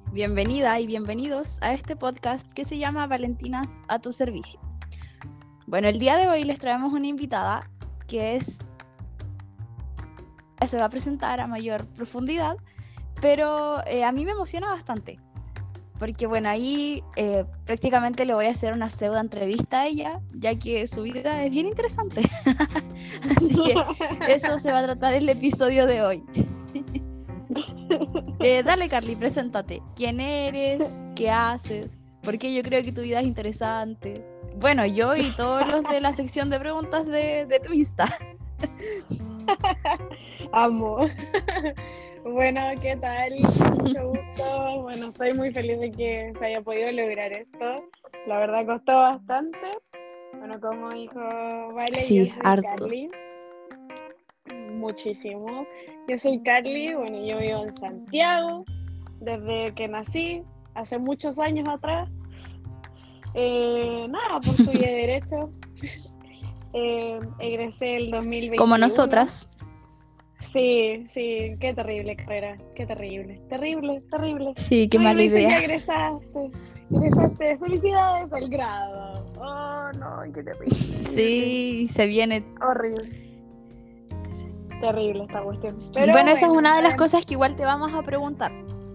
Bienvenida y bienvenidos a este podcast que se llama Valentinas a tu servicio. Bueno, el día de hoy les traemos una invitada que se va a presentar a mayor profundidad, pero a mí me emociona bastante, porque bueno, ahí prácticamente le voy a hacer una pseudo entrevista a ella, ya que su vida es bien interesante. Así que eso se va a tratar el episodio de hoy. Dale, Carly, preséntate. ¿Quién eres? ¿Qué haces? ¿Por qué yo creo que tu vida es interesante? Bueno, yo y todos los de la sección de preguntas de tu Insta. Amo. Bueno, ¿qué tal? Mucho gusto. Bueno, estoy muy feliz de que se haya podido lograr esto. La verdad costó bastante. Bueno, como dijo Vale, yo Sí, soy harto. Carly. Muchísimo. Yo soy Carly, bueno, yo vivo en Santiago desde que nací, hace muchos años atrás. Pues estudié Derecho. Egresé el Como 2021. nosotras. Sí, qué terrible carrera, qué terrible, terrible. Sí, qué No, y me mala dicen que idea. egresaste, felicidades al grado. Oh, no, qué terrible, Sí, se viene. horrible, terrible esta cuestión. Y Pero bueno, esa es bueno, una de las cosas que igual te vamos a preguntar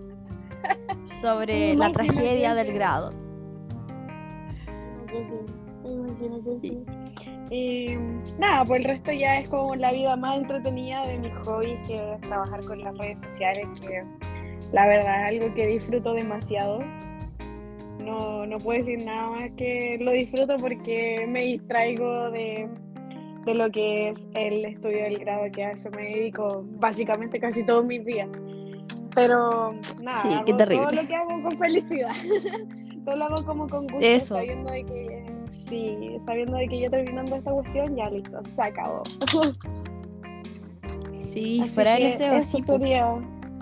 me sobre la imagino tragedia que del grado. me imagino que Sí. sí. Y nada, pues el resto ya es como la vida más entretenida de mis hobbies, que es trabajar con las redes sociales, que la verdad es algo que disfruto demasiado. No puedo decir nada más que lo disfruto porque me distraigo de lo que es el estudio del grado, que a eso me dedico básicamente casi todos mis días. Pero nada, Sí, qué hago todo terrible. lo que hago con felicidad. Todo lo hago como con gusto, Eso. sabiendo de que ya terminando esta cuestión, ya listo, se acabó. Sí, Así fuera del que deseo, eso sí, po. sería.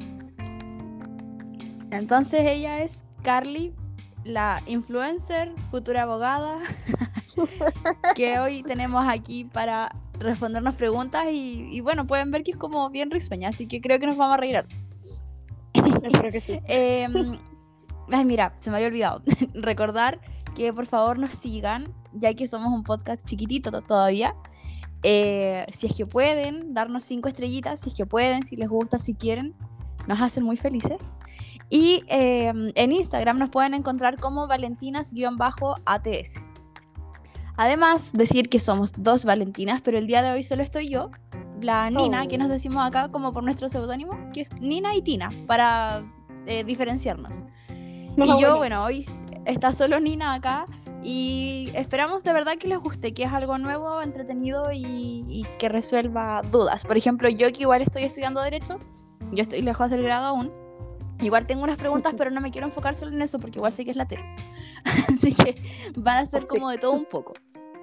Entonces ella es Carly, la influencer, futura abogada, que hoy tenemos aquí para respondernos preguntas y bueno, pueden ver que es como bien risueña, así que creo que nos vamos a reír harto. Espero que sí. Ay, mira, se me había olvidado recordar que por favor nos sigan, ya que somos un podcast chiquitito todavía. Si es que pueden, darnos 5 estrellitas, si es que pueden, si les gusta, si quieren, nos hacen muy felices. Y en Instagram nos pueden encontrar como valentinas-ats. Además, decir que somos dos Valentinas, pero el día de hoy solo estoy yo, la Nina, que nos Oh, decimos acá como por nuestro seudónimo, que es Nina y Tina, para diferenciarnos. Y no, yo, bueno. bueno, hoy está solo Nina acá y esperamos de verdad que les guste, que es algo nuevo, entretenido y que resuelva dudas. Por ejemplo, yo que igual estoy estudiando Derecho, yo estoy lejos del grado aún. Igual tengo unas preguntas, pero no me quiero enfocar solo en eso porque igual sé que es la tele. Así que van a ser Así. como de todo un poco.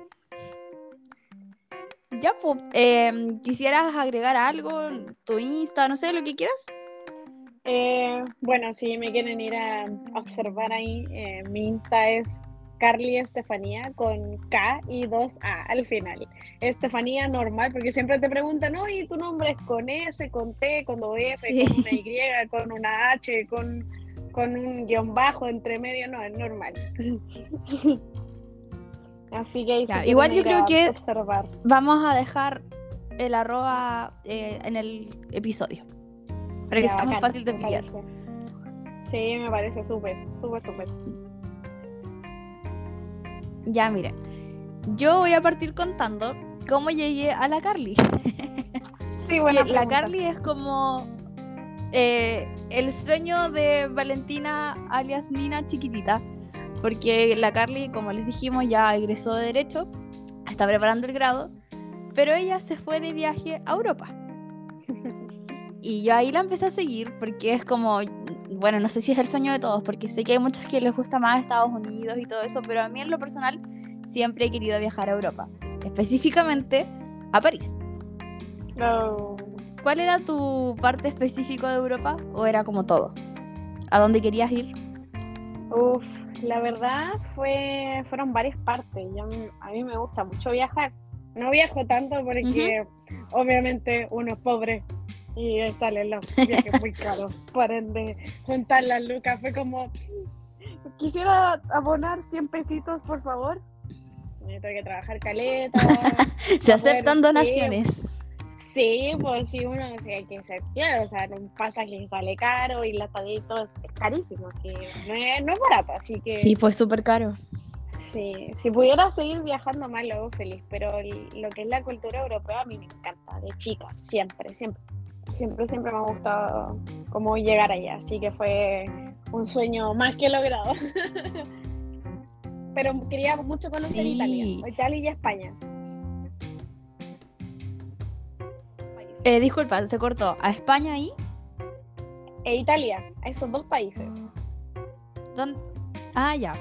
Ya, pues, ¿quisieras agregar algo? Tu Insta, no sé, lo que quieras. Bueno, si me quieren ir a observar ahí, mi Insta es Carly Estefanía con K y 2A al final. Estefanía normal, porque siempre te preguntan, ¿no? ¿Y tu nombre es con S, con T, con doble F, con una Sí. Y, con una H, con un guión bajo entre medio? No, es normal. Así que ahí si Ya, quieren igual yo ir creo a que observar. vamos a dejar el arroba en el episodio, para que Ya, sea más bacán, fácil de me pillar. parece. Sí, me parece súper. Ya, miren, yo voy a partir contando cómo llegué a la Carly. Sí, Que buena la pregunta. Carly es como el sueño de Valentina alias Nina chiquitita, porque la Carly, como les dijimos, ya egresó de Derecho, está preparando el grado, pero ella se fue de viaje a Europa. Y yo ahí la empecé a seguir porque es como, bueno, no sé si es el sueño de todos, porque sé que hay muchos que les gusta más Estados Unidos y todo eso, pero a mí en lo personal siempre he querido viajar a Europa, específicamente a París. No. ¿Cuál era tu parte específica de Europa o era como todo? ¿A dónde querías ir? Uf, la verdad fueron varias partes. A mí me gusta mucho viajar. No viajo tanto Ujú. porque obviamente uno es pobre Y salen los viajes muy caros. Por ende, juntar las lucas fue como, quisiera abonar 100 pesitos, por favor. Tengo que trabajar caleta. Se aceptan donaciones. Sí, pues sí, uno hay que ser claro, o sea, un pasaje sale caro y la estadía y todo es carísimo, sí, no es barato, así que Sí, pues súper caro. sí, si pudiera seguir viajando más lo hago feliz, pero lo que es la cultura europea a mí me encanta, de chica, siempre, siempre, siempre, siempre me ha gustado cómo llegar allá, así que fue un sueño más que logrado. Pero quería mucho conocer Sí. Italia y España. Disculpa, se cortó. ¿A España y? E Italia, a esos dos países. ¿Dónde? Ah, ya.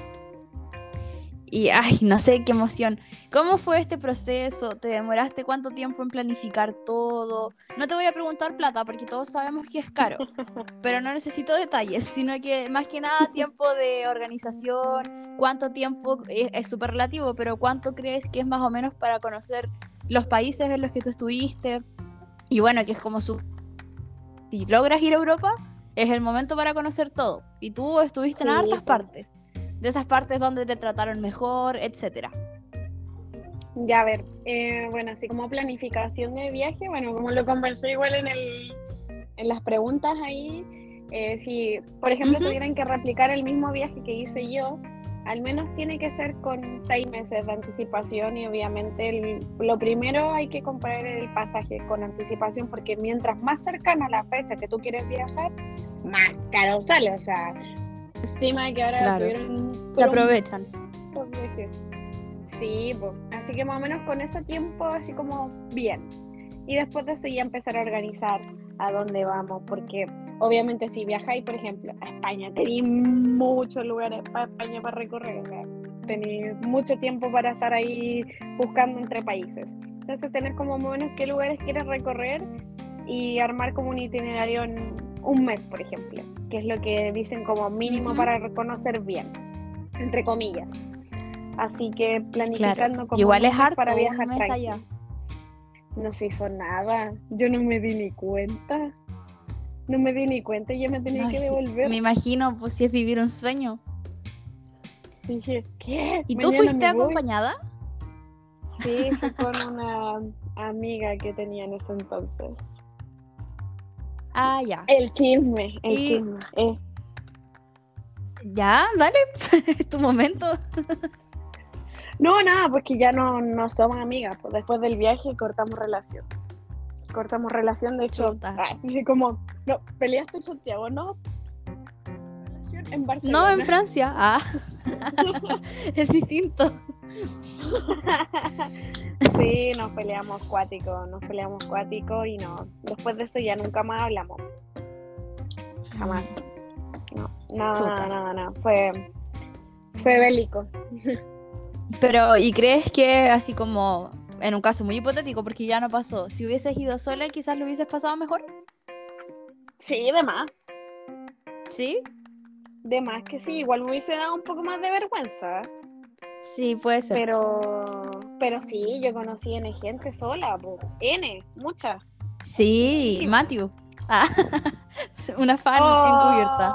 Y, ay, no sé, qué emoción. ¿Cómo fue este proceso? ¿Te demoraste cuánto tiempo en planificar todo? No te voy a preguntar plata, porque todos sabemos que es caro. Pero no necesito detalles, sino que más que nada tiempo de organización, cuánto tiempo es súper relativo, pero cuánto crees que es más o menos para conocer los países en los que tú estuviste. Y bueno, que es como si logras ir a Europa, es el momento para conocer todo. Y tú estuviste en Sí, hartas pues. partes, de esas partes donde te trataron mejor, etcétera. Ya a ver, bueno, así como planificación de viaje, bueno, como lo conversé igual en las preguntas ahí, si por ejemplo Ujú. tuvieran que replicar el mismo viaje que hice yo, al menos tiene que ser con 6 meses de anticipación y obviamente lo primero hay que comprar el pasaje con anticipación porque mientras más cercana a la fecha que tú quieres viajar, más caro sale, o sea, encima de que ahora Claro, subieron se aprovechan. los viajes. Sí, pues. Así que más o menos con ese tiempo, así como bien. Y después de eso ya empezar a organizar a dónde vamos, porque obviamente si viajáis, por ejemplo, a España, tenéis muchos lugares para España para recorrer, o sea, tenéis mucho tiempo para estar ahí buscando entre países. Entonces, tener como más o menos qué lugares quieres recorrer y armar como un itinerario en un mes, por ejemplo, que es lo que dicen como mínimo Ujú. para reconocer bien, entre comillas. Así que Claro, planificando como en igual es un mes para harto, un viajar mes allá. tranqui. No se hizo nada. Yo no me di ni cuenta. No me di ni cuenta y ya me tenía Ay, que sí, devolver. me imagino, pues si es vivir un sueño. Dije, ¿qué? ¿Y tú Mañana fuiste me voy. acompañada? Sí, fui con una amiga que tenía en ese entonces. Ah, ya. El chisme, el Y chisme. ya, dale, es tu momento. No, nada, porque ya no somos amigas. Pues después del viaje cortamos relación. Cortamos relación, de hecho, Chuta. dije como, no, peleaste en Santiago, no, relación en No, en Barcelona. Francia. Ah, es distinto. Sí, nos peleamos cuático y no, después de eso ya nunca más hablamos, jamás, no, nada, nada, Chuta. nada, nada, fue bélico. Pero, ¿y crees que así como en un caso muy hipotético, porque ya no pasó, si hubieses ido sola, quizás lo hubieses pasado mejor? Sí, ¿Sí? de más que sí, igual me hubiese dado un poco más de vergüenza, Sí, puede ser. pero sí, yo conocí N gente sola, po. Mucha, Sí, muchísima. Matthew. Ah, una fan encubierta.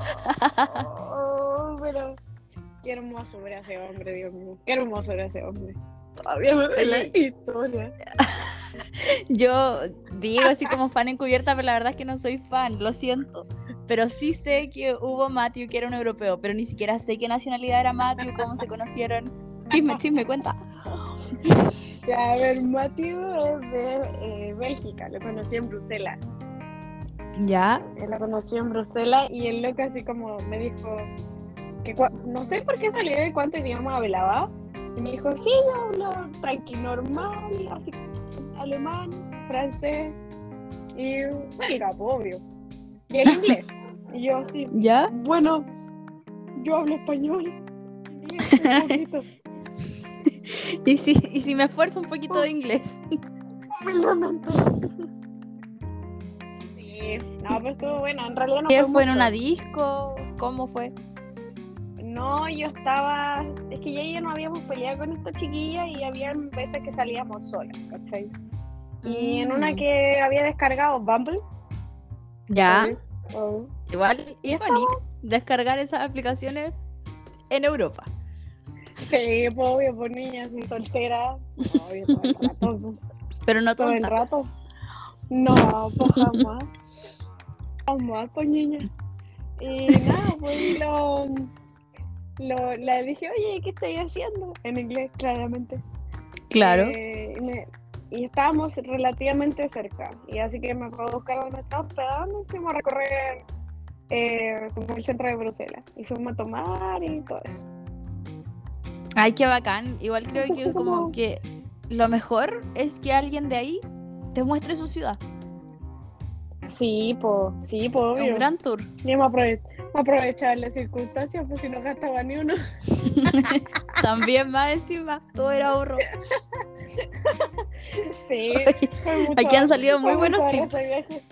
Pero qué hermoso era ese hombre, Dios mío, qué hermoso era ese hombre. Todavía me ve la Oye, historia. yo digo así como fan encubierta, pero la verdad es que no soy fan, lo siento. Pero sí sé que hubo Matthew, que era un europeo, pero ni siquiera sé qué nacionalidad era Matthew, cómo se conocieron. Chisme, chisme, cuenta. Ya, a ver, Mateo es de Bélgica, lo conocí en Bruselas. ¿Ya? Él lo conocí en Bruselas y el loco así como me dijo que no sé por qué salió y cuánto idioma hablaba. Y me dijo, sí, yo hablo tranqui, normal, así alemán, francés y belga, pues, obvio. Y el inglés. Y yo así, ¿Ya? bueno, yo hablo español, inglés un poquito, ¿Y si me esfuerzo un poquito de inglés? humildemente. Sí, no, pero estuvo bueno, en realidad no ¿Qué fue fue en mucho. una disco? ¿Cómo fue? No, es que ya no habíamos peleado con esta chiquilla y había veces que salíamos solas, ¿cachai? Y en una que había descargado Bumble. Ya, Oh. igual Y icónico descargar esas aplicaciones en Europa. Sí, pues obvio, por niña, así soltera. Obvio, todo el rato. Pues. Pero no Todo el tonta. rato. No, pues jamás. Jamás, pues niña. Y nada, pues le dije, oye, ¿qué estoy haciendo? En inglés, claramente. Claro. Y estábamos relativamente cerca. Y así que me fue a buscar donde estaba hospedando y fuimos a recorrer como el centro de Bruselas. Y fuimos a tomar y todo eso. Ay, qué bacán. Igual creo Eso que fue como como... que lo mejor es que alguien de ahí te muestre su ciudad. Sí, pues, Es un obvio. gran tour. Y me aprovechar las circunstancias, pues si no gastaba ni uno. También más encima, todo era ahorro. Sí, fue mucho, Aquí han salido muy fue mucho buenos ahorro tips. ese viaje.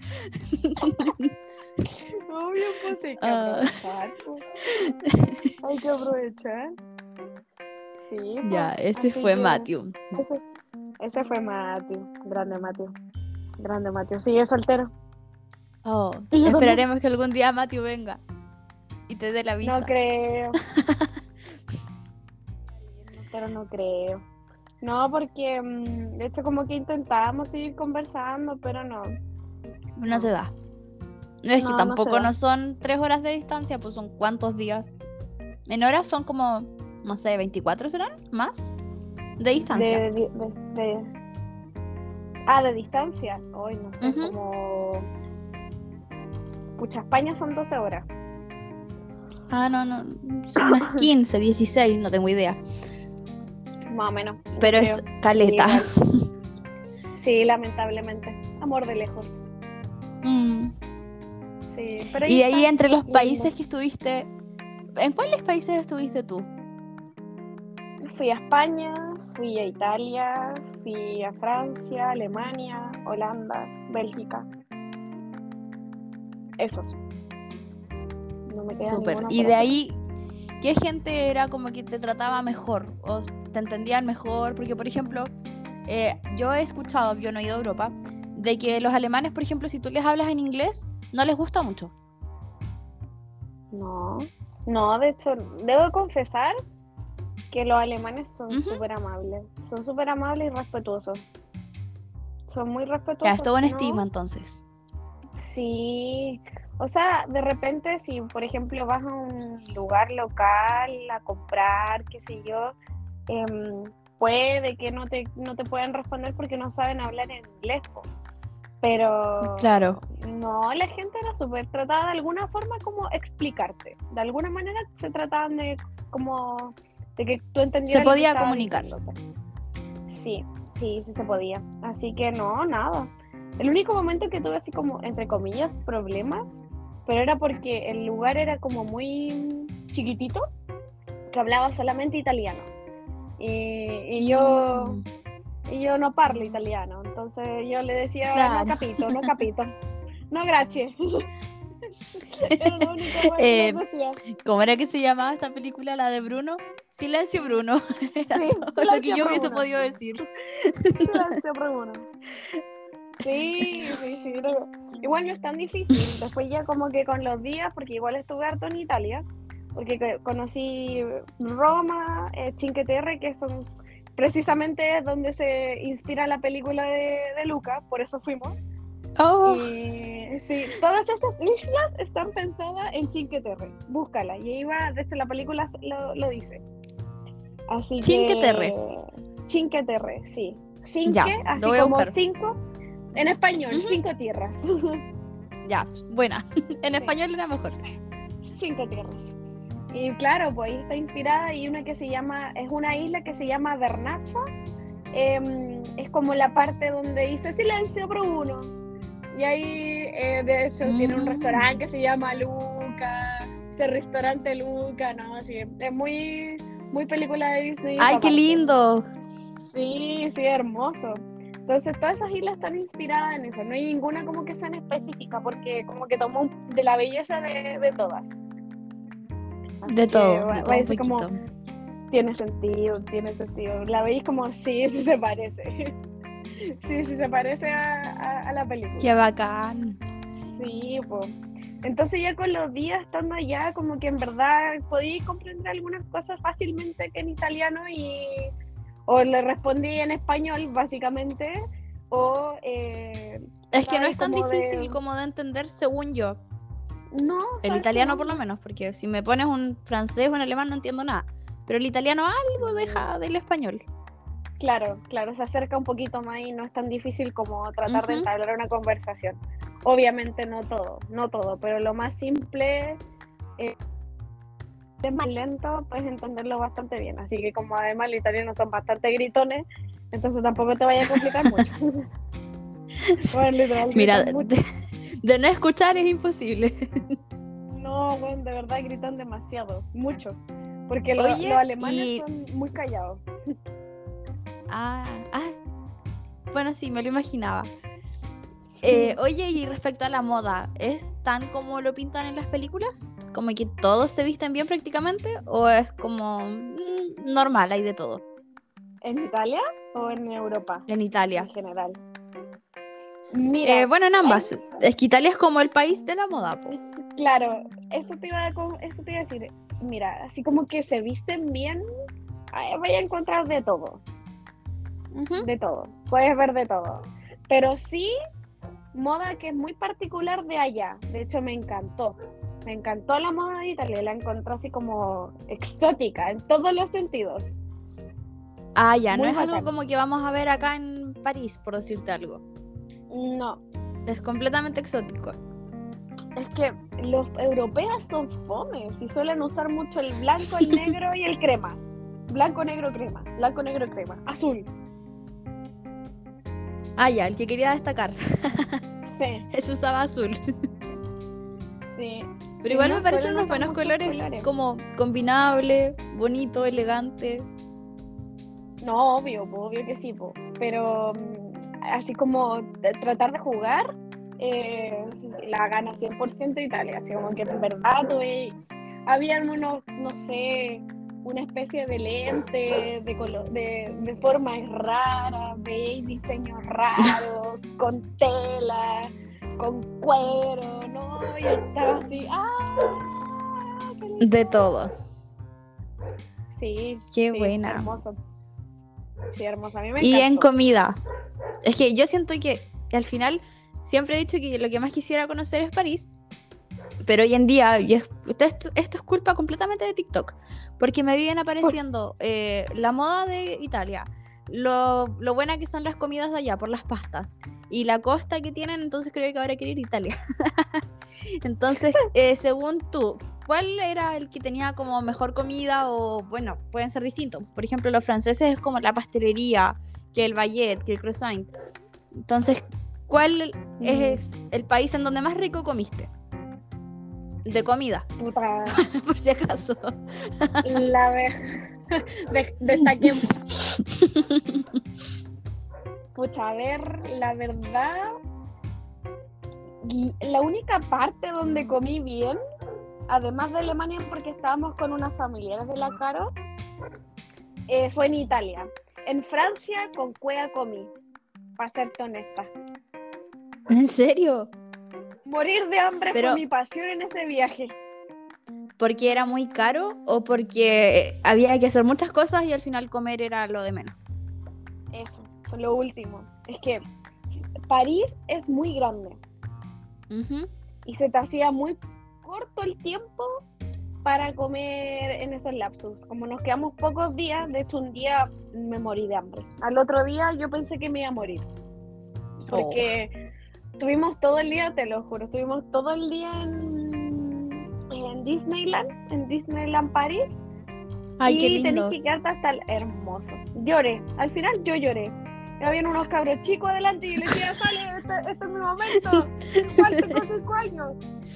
Obvio, pues hay que aprovechar, pues. Hay que aprovechar. Sí, pues. Ya, ese Así fue que Matthew. ese fue Matthew. Grande Matthew. Grande Matthew. Sigue soltero. Oh, Y yo también. esperaremos que algún día Matthew venga y te dé la visa. No creo. Pero no creo. No, porque de hecho como que intentábamos seguir conversando, pero no. No se da. No es que No se tampoco da. no son 3 horas de distancia, pues son cuántos días. En horas son como, no sé, 24 serán más de distancia. De distancia. Hoy no sé, Ujú. como... Pucha, España son 12 horas. Ah, no, son unas 15, 16, no tengo idea. Más o menos. Pero creo. es caleta. Sí, lamentablemente. Amor de lejos. Mm. Sí, pero Y de ahí está entre los lindo. países que estuviste, ¿en cuáles países estuviste tú? Fui a España, fui a Italia, fui a Francia, Alemania, Holanda, Bélgica. Esos. No me queda Súper. ninguno Y por de afuera. ahí, ¿qué gente era como que te trataba mejor? ¿O te entendían mejor? Porque, por ejemplo, yo he escuchado, yo no he ido a Europa, de que los alemanes, por ejemplo, si tú les hablas en inglés, no les gusta mucho. No, de hecho, debo confesar que los alemanes son Ujú. súper amables. Son súper amables y respetuosos. Son muy Ya, respetuosos. es todo un ¿No? estigma entonces. Sí, o sea, de repente si por ejemplo vas a un lugar local a comprar, qué sé yo, puede que no te puedan responder porque no saben hablar en inglés, po. Claro. Pero no, la gente era súper tratada de alguna forma como explicarte, de alguna manera se trataban de como de que tú Se entendieras lo que podía estaba comunicar. diciéndote. Sí se podía. Así que no, nada. El único momento que tuve así como, entre comillas, problemas, pero era porque el lugar era como muy chiquitito, que hablaba solamente italiano. Y yo no parlo italiano, entonces yo le decía, Claro. no capito, no grazie. Era lo único que les decía. ¿Cómo era que se llamaba esta película, la de Bruno? Silencio, Bruno. Era Sí, todo lo que silencio yo hubiese Bruno. podido decir. Silencio Bruno. Sí. No. Igual no es tan difícil. Después ya como que con los días, porque igual estuve harto en Italia, porque conocí Roma, Cinque Terre, que son precisamente donde se inspira la película de Luca, por eso fuimos. Oh, Y sí, todas estas islas están pensadas en Cinque Terre. Búscala. Y ahí va, de hecho la película lo dice. Así Cinque que... Terre. Cinque Terre, sí. Ya, Cinque, lo así voy a como buscar. 5, en español, Ujú. 5 tierras. Ya, buena. En Sí. español era mejor. 5 tierras. Y claro, pues ahí está inspirada y una que se llama, es una isla que se llama Vernazza. Es como la parte donde dice silencio Bruno. Y ahí, de hecho, tiene un restaurante que se llama Luca, ese restaurante Luca, ¿no? Así, es muy, muy película de Disney. ¡Ay, Esa qué parte. lindo! Sí, hermoso. Entonces, todas esas islas están inspiradas en eso. No hay ninguna como que sea en específica, porque como que tomó de la belleza de todas. Así De que todo va un a ser como, poquito. tiene sentido. La veis como, sí se parece. Sí, sí, se parece a la película. Qué bacán. Sí, pues. Entonces ya con los días estando allá, como que en verdad podí comprender algunas cosas fácilmente que en italiano o le respondí en español, básicamente, o Es que no trataba de es tan como difícil de... como de entender, según yo. No, El sabes que italiano no, por lo no. menos, porque si me pones un francés o un alemán no entiendo nada. Pero el italiano algo deja del español. Claro, claro, se acerca un poquito más y no es tan difícil como tratar de Ujú. entablar una conversación. Obviamente no todo, pero lo más simple es más lento, puedes entenderlo bastante bien. Así que como además los italianos son bastante gritones, entonces tampoco te vaya a complicar mucho. Bueno, literal, Mira, gritan mucho. de no escuchar es imposible. No, bueno, de verdad gritan demasiado, mucho. Porque los Oye, alemanes son muy callados. Ah, ah, bueno, sí, me lo imaginaba. Sí. Oye, y respecto a la moda, ¿es tan como lo pintan en las películas? ¿Como que todos se visten bien prácticamente? ¿O es como normal, hay de todo? ¿En Italia o en Europa En en Italia. general? Mira, Bueno, en hay ambas. Es que Italia es como el país de la moda, po. claro, eso te iba a decir. Mira, así como que se visten bien, vaya a encontrar Ujú. de todo, puedes ver de todo. Pero sí, moda que es muy particular de allá. De hecho, me encantó la moda de Italia, la encontré así como exótica en todos los sentidos. Ah, ya, no Muy es algo bacán. como que vamos a ver acá en París, por decirte algo. No, Es completamente exótico. es que los europeos son fomes y suelen usar mucho el blanco, el negro y el crema. Blanco, negro, crema. Blanco, negro, crema. Azul. Ah, ya, el que quería destacar. Sí, Ese usaba azul. sí. Pero Sí, igual me no parecen suelen unos usar buenos muchos colores, colores. como combinable, bonito, elegante. No, obvio que sí, pero así como tratar de jugar, la gana 100% Italia, así como que en verdad habían unos, no sé, una especie de lente de formas raras, veis diseños raros, con tela, con cuero, ¿no? Y estaba así, ¡ah! ¡Qué De lindo! todo. Sí, Qué sí, buena. hermoso. Sí, hermoso. A mí me Y en encantó. comida. Es que yo siento que al final siempre he dicho que lo que más quisiera conocer es París. Pero hoy en día, esto es culpa completamente de TikTok. Porque me viven apareciendo la moda de Italia. Lo buena que son las comidas de allá por las pastas. Y la costa que tienen, entonces creo que ahora quiero ir a Italia. Entonces, según tú, ¿cuál era el que tenía como mejor comida? O bueno, pueden ser distintos. Por ejemplo, los franceses es como la pastelería, que el baguette, que el croissant. Entonces, ¿cuál Mm, es el país en donde más rico comiste? De comida, puta, por si acaso. la vez destaquemos. Pucha, a ver, la verdad, la única parte donde comí bien, además de Alemania, porque estábamos con unas familiares de la Caro, fue en Italia. En Francia, con cuea comí, para serte honesta. ¿En serio? Morir de hambre fue Pero, mi pasión en ese viaje. ¿porque era muy caro o porque había que hacer muchas cosas y al final comer era lo de menos? Eso, fue lo último. Es que París es muy grande Ujú. y se te hacía muy corto el tiempo para comer en esos lapsus. Como nos quedamos pocos días, de hecho un día me morí de hambre. Al otro día yo pensé que me iba a morir, Oh. porque estuvimos todo el día, te lo juro, estuvimos todo el día en Disneyland París, Ay, qué y tenéis lindo. que quedarte hasta el hermoso. Lloré, al final yo lloré. Habían unos cabros chicos adelante y yo les decía, sale, este es mi momento. Igual tengo 5 años.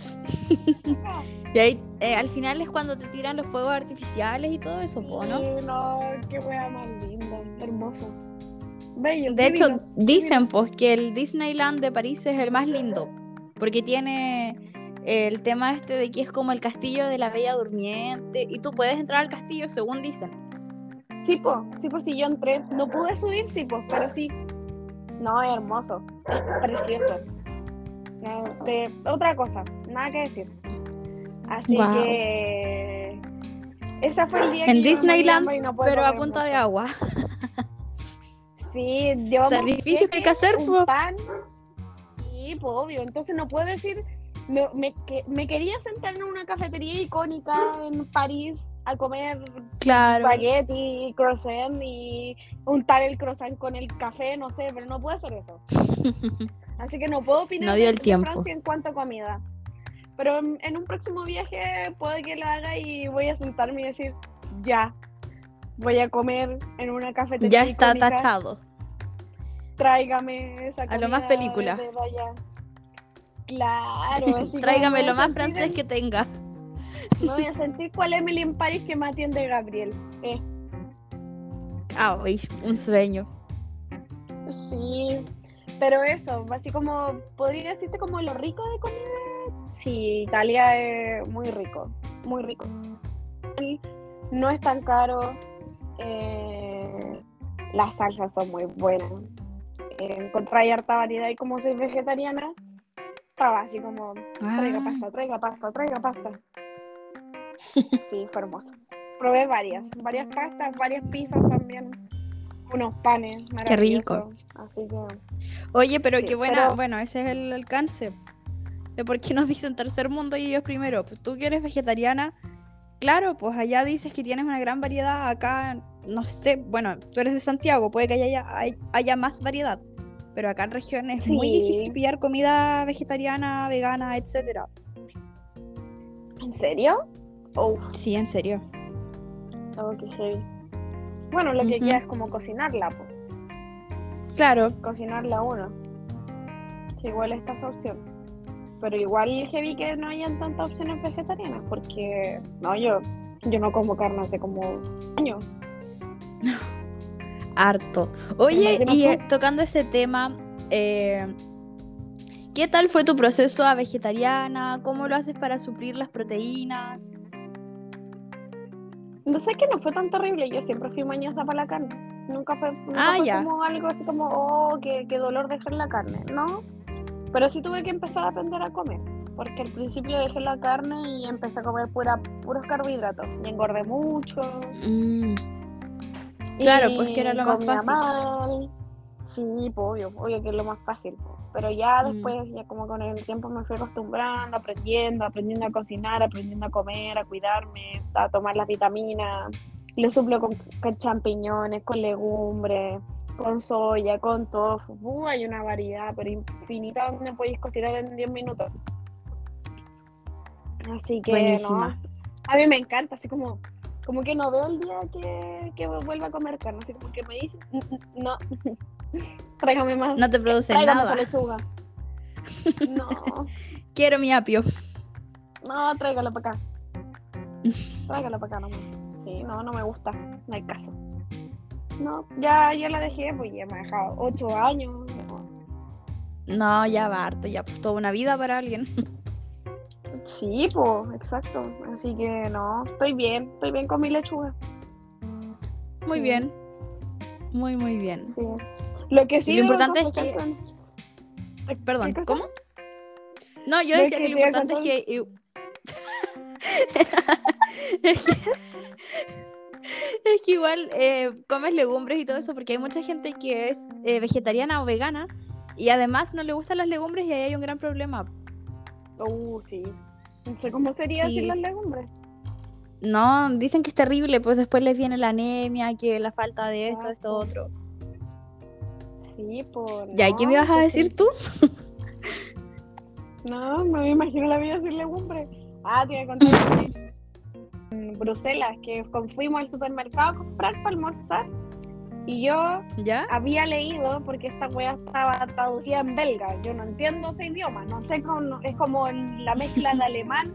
Y ahí, al final es cuando te tiran los fuegos artificiales y todo eso, po, ¿no? Sí, no, qué wea más linda, hermoso. Bello, De hecho, divino, divino. dicen pues que el Disneyland de París es el más lindo, porque tiene el tema este de que es como el castillo de la Bella Durmiente y tú puedes entrar al castillo según dicen. Sí, pues, sí, yo entré. No pude subir, sí, pues, pero sí. No, es hermoso, es precioso. No, otra cosa, nada que decir. Así Wow. que ese fue el día En que yo me morí de Disneyland, hambre y no pude pero a comer punta de mucho. agua. Sí, yo Sacrificio que hay que hacer, un pues. pan. Sí, pues obvio. Entonces no puedo decir, me quería sentar en una cafetería icónica en París a comer Claro. espagueti, croissant y untar el croissant con el café, no sé, pero no puedo hacer eso. Así que no puedo opinar No dio el de tiempo. Francia en cuanto a comida. Pero en un próximo viaje puede que lo haga y voy a sentarme y decir, ya, voy a comer en una cafetería Ya está icónica. tachado. Tráigame esa comida A lo más película. de allá. Claro, así como Tráigame me voy lo a más sentir francés que tenga. me voy a sentir cuál Emily en Paris que me atiende Gabriel. Ay, un sueño. Sí, pero eso, así como, podría decirte como lo rico de comida. Sí, Italia es muy rico, muy rico. No es tan caro, las salsas son muy buenas. Encontré harta variedad y como soy vegetariana, estaba así como, traiga pasta, traiga pasta, traiga pasta. Sí, fue hermoso. Probé varias pastas, varias pizzas también, unos panes Qué rico. maravillosos, así que... Oye, pero Sí, qué buena, pero- bueno, ese es el alcance de por qué nos dicen tercer mundo y ellos primero. Pues tú que eres vegetariana, claro, pues allá dices que tienes una gran variedad, acá, no sé, bueno, tú eres de Santiago, puede que haya más variedad, pero acá en región es muy difícil Sí, pillar comida vegetariana, vegana, etcétera. ¿en serio? Oh, Sí, en serio. qué heavy. Bueno, lo que Ujú. queda es como cocinarla, pues. Claro, Cocinarla uno. Sí, igual está esa opción. Pero igual heavy que no hayan tantas opciones vegetarianas, porque no, yo no como carne hace como años. harto. Oye, Imagina y tú. tocando ese tema, ¿qué tal fue tu proceso a vegetariana? ¿Cómo lo haces para suplir las proteínas? No sé que no fue tan terrible, yo siempre fui mañosa para la carne. Nunca Ah, fue ya. como algo así como, oh, qué dolor dejar la carne, ¿no? Pero sí tuve que empezar a aprender a comer, porque al principio dejé la carne y empecé a comer puros carbohidratos. Y engordé mucho Mm, claro, pues que era y lo más comía fácil. mal. Sí, pues, obvio que es lo más fácil. Pero ya Mm, después, ya como con el tiempo me fui acostumbrando, aprendiendo a cocinar, aprendiendo a comer, a cuidarme, a tomar las vitaminas. Lo suplo con champiñones, con legumbres, con soya, con tofu. Hay una variedad, pero infinita donde podéis cocinar en 10 minutos. Así que no, buenísima. a mí me encanta, así como que no veo el día que vuelva a comer carne, así como que me dicen, no, tráigame más, No te produce tráigame esa nada. lechuga. No, Quiero mi apio. no, tráigalo para acá. Tráigalo para acá nomás. Sí, no me gusta, no hay caso. No, ya la dejé, pues ya me ha dejado 8 años. No. No, ya va harto, ya pues toda una vida para alguien. Sí, pues, exacto. Así que no, estoy bien con mi lechuga. Muy Sí, bien, muy bien. sí. Lo que Y sí lo debo importante es confesar que, con... ¿Qué perdón, cosa? ¿cómo? No, yo No, es decía que que lo te iba a importante es contar. que es que, es que igual comes legumbres y todo eso, porque hay mucha gente que es vegetariana o vegana y además no le gustan las legumbres y ahí hay un gran problema. Sí. No sé cómo sería sin Sí, las legumbres. no, dicen que es terrible, pues después les viene la anemia, que la falta de esto, Exacto. otro. Sí, pues ¿Ya? ¿Y qué me no, vas a qué decir triste. tú? No me imagino la vida sin legumbres. Te iba a contar que en Bruselas, que fuimos al supermercado a comprar para almorzar. Y yo ¿Ya? había leído, porque esta wea estaba traducida en belga. Yo no entiendo ese idioma. No sé cómo, es como la mezcla de alemán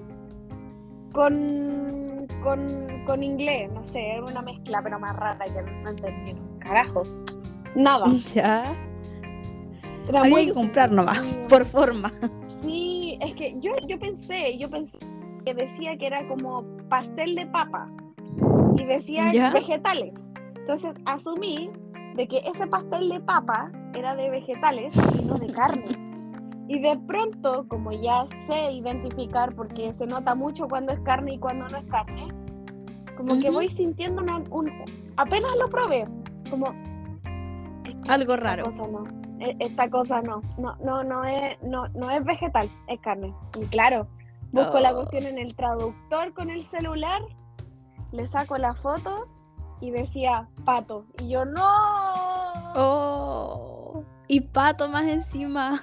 con inglés. No sé, era una mezcla, pero más rara que no entendí. Carajo. Nada. Ya. Era Había muy que difícil. comprar nomás, por forma. Sí, es que yo pensé que decía que era como pastel de papa y decía ¿Ya? vegetales. Entonces asumí de que ese pastel de papa era de vegetales y no de carne. Y de pronto, como ya sé identificar, porque se nota mucho cuando es carne y cuando no es carne, como que voy sintiendo apenas lo probé, como algo raro. Esta cosa no es vegetal, es carne. Y claro, busco la cuestión en el traductor con el celular, le saco la foto y decía pato. Y yo, ¡no! Y pato más encima.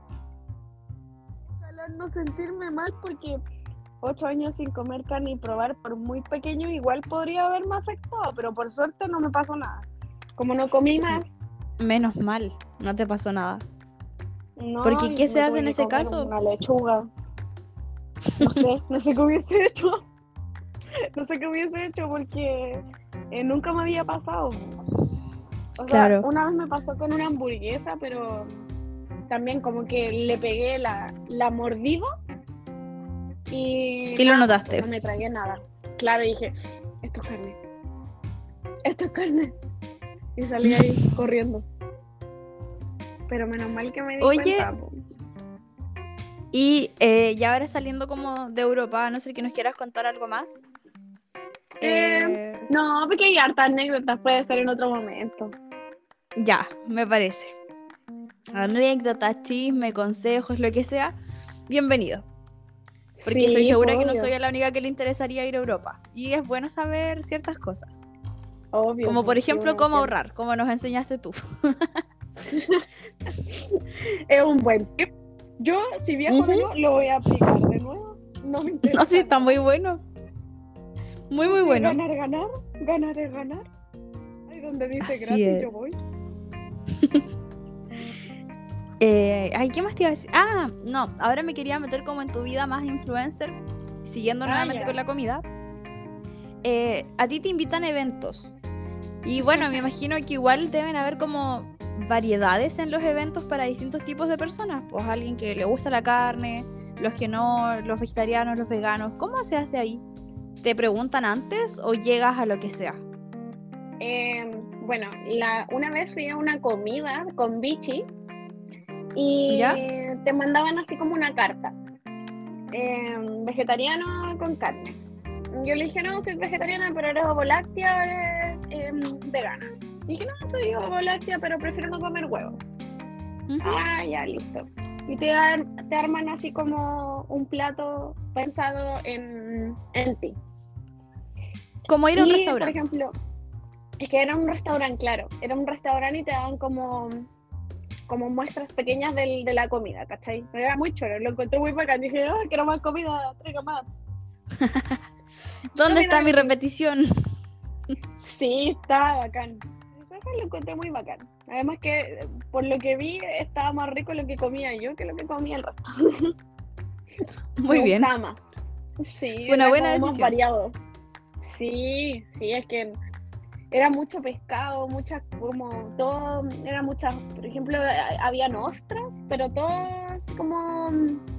Ojalá no sentirme mal porque 8 años sin comer carne y probar por muy pequeño igual podría haberme afectado, pero por suerte no me pasó nada. Como no comí más. Menos mal, no te pasó nada. No, porque ¿qué se hace en ese caso? Una lechuga. No sé qué hubiese hecho. No sé qué hubiese hecho porque nunca me había pasado. O claro. sea, una vez me pasó con una hamburguesa, pero también como que le pegué la mordida y lo notaste. No me tragué nada. Claro, dije, esto es carne. Y salí ahí corriendo. Pero menos mal que me di cuenta. Y ya ahora saliendo como de Europa, a no ser que nos quieras contar algo más. No, porque hay hartas anécdotas, puede ser en otro momento. Ya, me parece. Anécdotas, chisme, consejos, lo que sea, bienvenido. Porque estoy segura que no soy la única que le interesaría ir a Europa. Y es bueno saber ciertas cosas. Obvio. Como por ejemplo, cómo ahorrar, como nos enseñaste tú. Es un buen tip. Yo, si viajo de nuevo, lo voy a aplicar de nuevo. No me interesa. No, sí, está muy bueno. Muy bueno. Ganar es ganar. Ahí donde dice así gratis, es. yo voy. ¿Qué más te iba a decir? No, ahora me quería meter como en tu vida más influencer, siguiendo nuevamente con la comida. A ti te invitan a eventos. Y bueno, me imagino que igual deben haber como variedades en los eventos para distintos tipos de personas. Pues alguien que le gusta la carne, los que no, los vegetarianos, los veganos. ¿Cómo se hace ahí? ¿Te preguntan antes o llegas a lo que sea? Bueno, una vez fui a una comida con Vichy y ¿Ya? te mandaban así como una carta. Vegetariano con carne. Yo le dije, no, soy vegetariana, pero eres ovoláctea, eres vegana. Y dije, no, soy ovoláctea, pero prefiero no comer huevo. Ya, listo. Y te arman así como un plato pensado en ti. Como ir a un restaurante. Por ejemplo, es que era un restaurante, claro. Era un restaurante y te daban como muestras pequeñas de la comida, ¿cachai? Pero era muy choro, lo encontré muy bacán. Dije, quiero más comida, traiga más. ¿Dónde está mi repetición? Sí, está bacán. Lo encontré muy bacán. Además que, por lo que vi, estaba más rico lo que comía yo que lo que comía el resto. Muy bien. Más. Sí, fue una buena decisión. Más variado. Sí, es que era mucho pescado, muchas, como todo, era muchas, por ejemplo, habían ostras, pero todo así como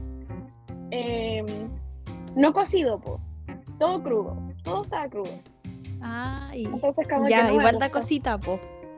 no cocido, todo crudo, todo estaba crudo. Entonces, como ya, que no igual da cosita, po.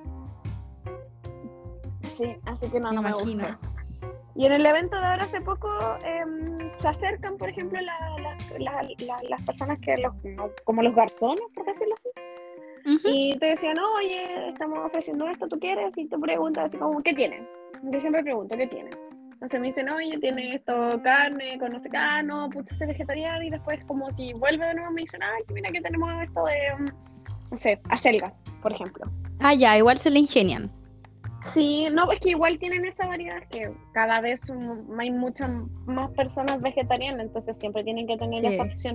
Sí, así que no me imagino. gusta. Y en el evento de ahora hace poco se acercan, por ejemplo, las personas que como los garzones, por decirlo así. Y te decían, oye, estamos ofreciendo esto, ¿tú quieres? Y tú preguntas así como, ¿qué tienen? Yo siempre pregunto, ¿qué tienen? Entonces me dicen, oye, tiene esto, carne, con no sé qué, no, pucha, ser vegetariano. Y después, como si vuelve de nuevo, me dicen, mira que tenemos esto de, no sé, acelgas, por ejemplo. Ya, igual se le ingenian. Sí, no, es que igual tienen esa variedad que cada vez hay muchas más personas vegetarianas, entonces siempre tienen que tener esa opción.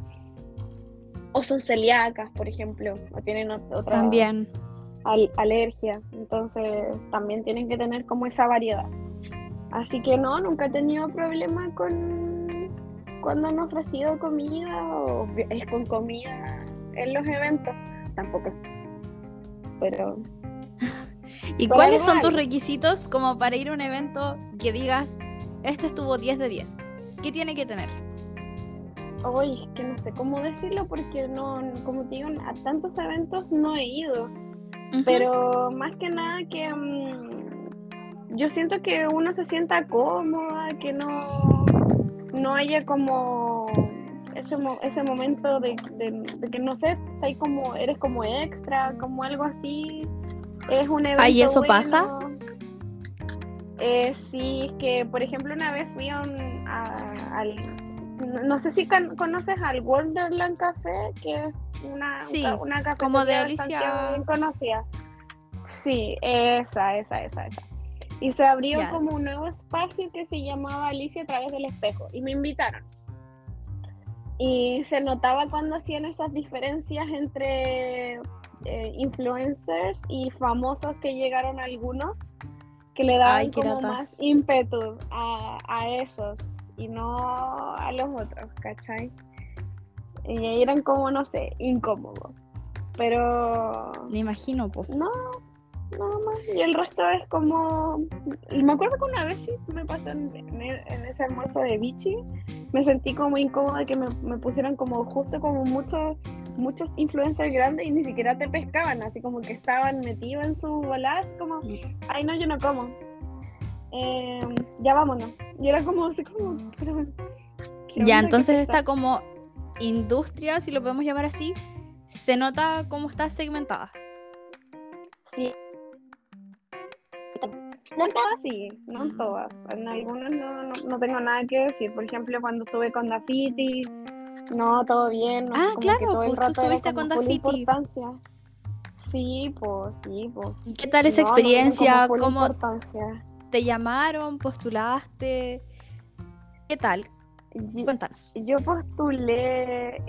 O son celíacas, por ejemplo, o tienen otra también alergia, entonces también tienen que tener como esa variedad. Así que no, nunca he tenido problema cuando han ofrecido comida o es con comida en los eventos, tampoco. Pero... ¿Y cuáles son tus requisitos como para ir a un evento que digas, este estuvo 10 de 10? ¿Qué tiene que tener? Uy, que no sé cómo decirlo porque no, como te digo, a tantos eventos no he ido. Ujú. Pero más que nada que yo siento que uno se sienta cómoda, que no haya como ese momento de que no sé, está ahí como, eres como extra, como algo así. Es un ¿Ay, evento eso pasa? bueno. Sí, es que por ejemplo una vez fui no sé si conoces al Wonderland Café, que es Sí, una como de cafetería de Santiago bien Alicia. conocida. Sí, esa. Y se abrió Ya. como un nuevo espacio que se llamaba Alicia a través del espejo y me invitaron. Y se notaba cuando hacían esas diferencias entre influencers y famosos, que llegaron algunos que le Ay, daban qué como lata. más ímpetu a esos y no a los otros, ¿cachai? Y ahí eran como, no sé, incómodos. Pero Me imagino, po. no, nada más. Y el resto es como. Y me acuerdo que una vez sí me pasó en ese almuerzo de Vichy. Me sentí como incómoda que me pusieran como justo como muchos influencers grandes y ni siquiera te pescaban, así como que estaban metidos en su bolas, como, ay no, yo no como. Ya vámonos. Y era como así como, pero, ¿qué Ya, onda? ¿Qué entonces pasa? esta como industria, si lo podemos llamar así, se nota cómo está segmentada. Sí. No en todas sí, no en Mm. todas. En algunas no tengo nada que decir. Por ejemplo, cuando estuve con Dafiti, no, todo bien, no fue Ah, como que claro, todo el pues tú rato era estuviste como con full Dafiti. importancia. Sí, pues, sí, pues. ¿Y qué tal esa No, nos dieron como experiencia? full ¿Cómo importancia. te llamaron? ¿Postulaste? ¿Qué tal? Y- Cuéntanos. Yo postulé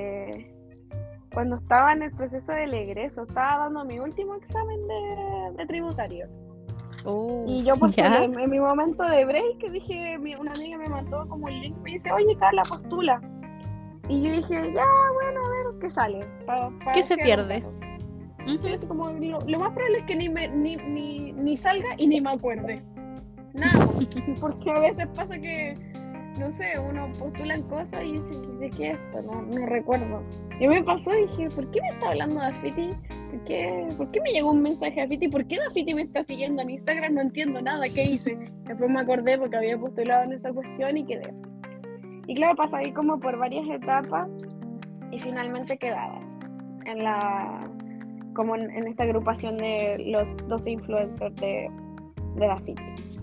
cuando estaba en el proceso del egreso, estaba dando mi último examen de tributario. Oh, Y yo postulé ¿ya? en mi momento de break, que dije, una amiga me mandó como el link, me dice, oye Carla, postula. Y yo dije, ya, bueno, a ver qué sale, ¿Qué para se hacer un pierde? rato. Sí, Ujú. así como lo más probable es que ni salga y ni me acuerde. Nada más. Porque a veces pasa que, no sé, uno postula en cosas y dice, ¿qué es esto? No recuerdo. Y me pasó y dije, ¿por qué me está hablando Dafiti? ¿Por qué me llegó un mensaje de Dafiti? ¿Por qué Dafiti me está siguiendo en Instagram? No entiendo nada, ¿qué hice? Después me acordé porque había postulado en esa cuestión y quedé. Y claro, pasé ahí como por varias etapas y finalmente quedabas en como en esta agrupación de los 12 influencers de Dafiti.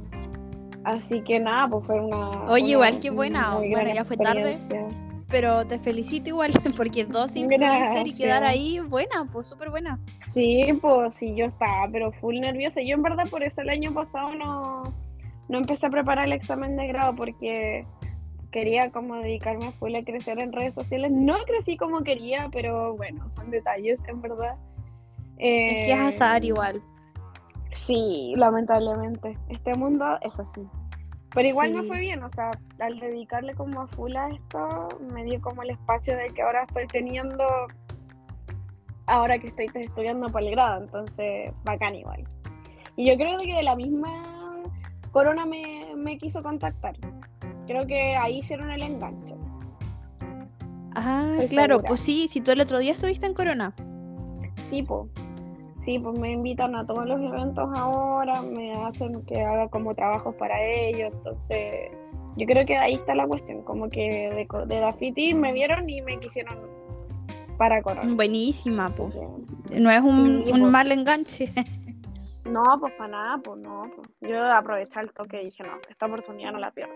Así que nada, pues fue Oye, una igual que buena. muy Bueno, gran ya fue tarde, experiencia. pero te felicito igual, porque dos influencers y quedar Gracias. ahí, buena, pues súper buena. Sí, pues sí, yo estaba, pero full nerviosa. Yo en verdad por eso el año pasado no empecé a preparar el examen de grado porque quería como dedicarme full a crecer en redes sociales. No crecí como quería, pero bueno, son detalles en verdad. Es que es Eh, azar igual. sí, lamentablemente. Este mundo es así. Pero igual me fue Sí. bien, o sea, al dedicarle como a full a esto, me dio como el espacio de que ahora estoy teniendo, ahora que estoy estudiando para el grado, entonces bacán igual. Y yo creo que de la misma Corona me quiso contactar. Creo que ahí hicieron el enganche, Ah, estoy claro, segura. pues sí, si tú el otro día estuviste en Corona. Sí, pues. Sí, pues me invitan a todos los eventos ahora, me hacen que haga como trabajos para ellos, entonces yo creo que ahí está la cuestión, como que de Dafiti me vieron y me quisieron para Corona. Buenísima, Así pues. que No es un, sí, un pues mal enganche. no, pues para nada, pues no, pues. Yo aproveché el toque y dije, no, esta oportunidad no la pierdo.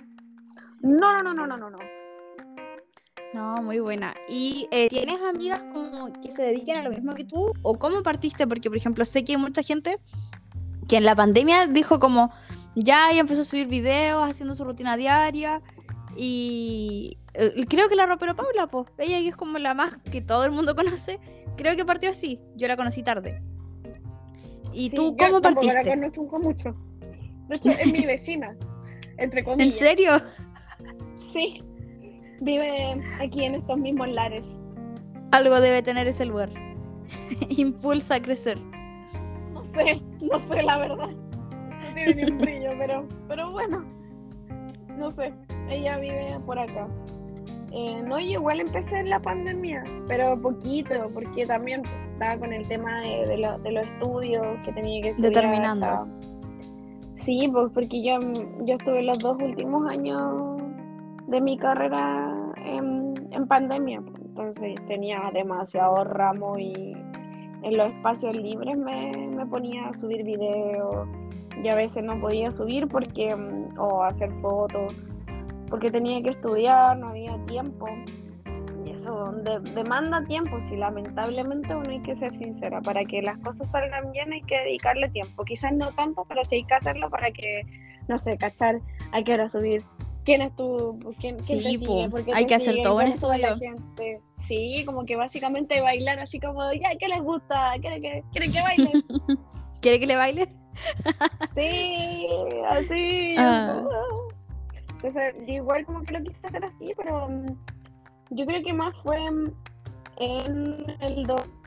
No. No, muy buena. ¿Y tienes amigas como que se dediquen a lo mismo que tú? ¿O cómo partiste? Porque, por ejemplo, sé que hay mucha gente que en la pandemia dijo como, ya empezó a subir videos haciendo su rutina diaria. Y creo que la ropero Paula, pues, ella que es como la más que todo el mundo conoce, creo que partió así. Yo la conocí tarde. ¿Y Sí, tú yo cómo tampoco la partiste? conozco mucho. De hecho, es mi vecina, entre ¿En comillas. serio? Sí, vive aquí en estos mismos lares. Algo debe tener ese lugar. Impulsa a crecer. No sé la verdad. No tiene ni un brillo, pero bueno, no sé. Ella vive por acá. No, yo igual empecé en la pandemia, pero poquito, porque también estaba con el tema de los estudios, que tenía que estudiar. Determinando. Sí, pues porque yo estuve los 2 últimos años de mi carrera en pandemia, pues. Entonces tenía demasiados ramos y en los espacios libres me ponía a subir videos y a veces no podía subir porque o hacer fotos porque tenía que estudiar, no había tiempo. Y eso demanda tiempo, si lamentablemente uno hay que ser sincera, para que las cosas salgan bien hay que dedicarle tiempo, quizás no tanto, pero sí hay que hacerlo para que, no sé, cachar, hay que ahora subir, quién es tú, quién te sigue, por qué hay te que hacer siguen, todo un cómo actúa la estudio. gente. Sí, como que básicamente bailar así como, ya, ¿qué les gusta? ¿Quieren que baile? ¿Quiere que le baile? Sí, así. Ah. Entonces, yo igual como que lo quise hacer así, pero yo creo que más fue en el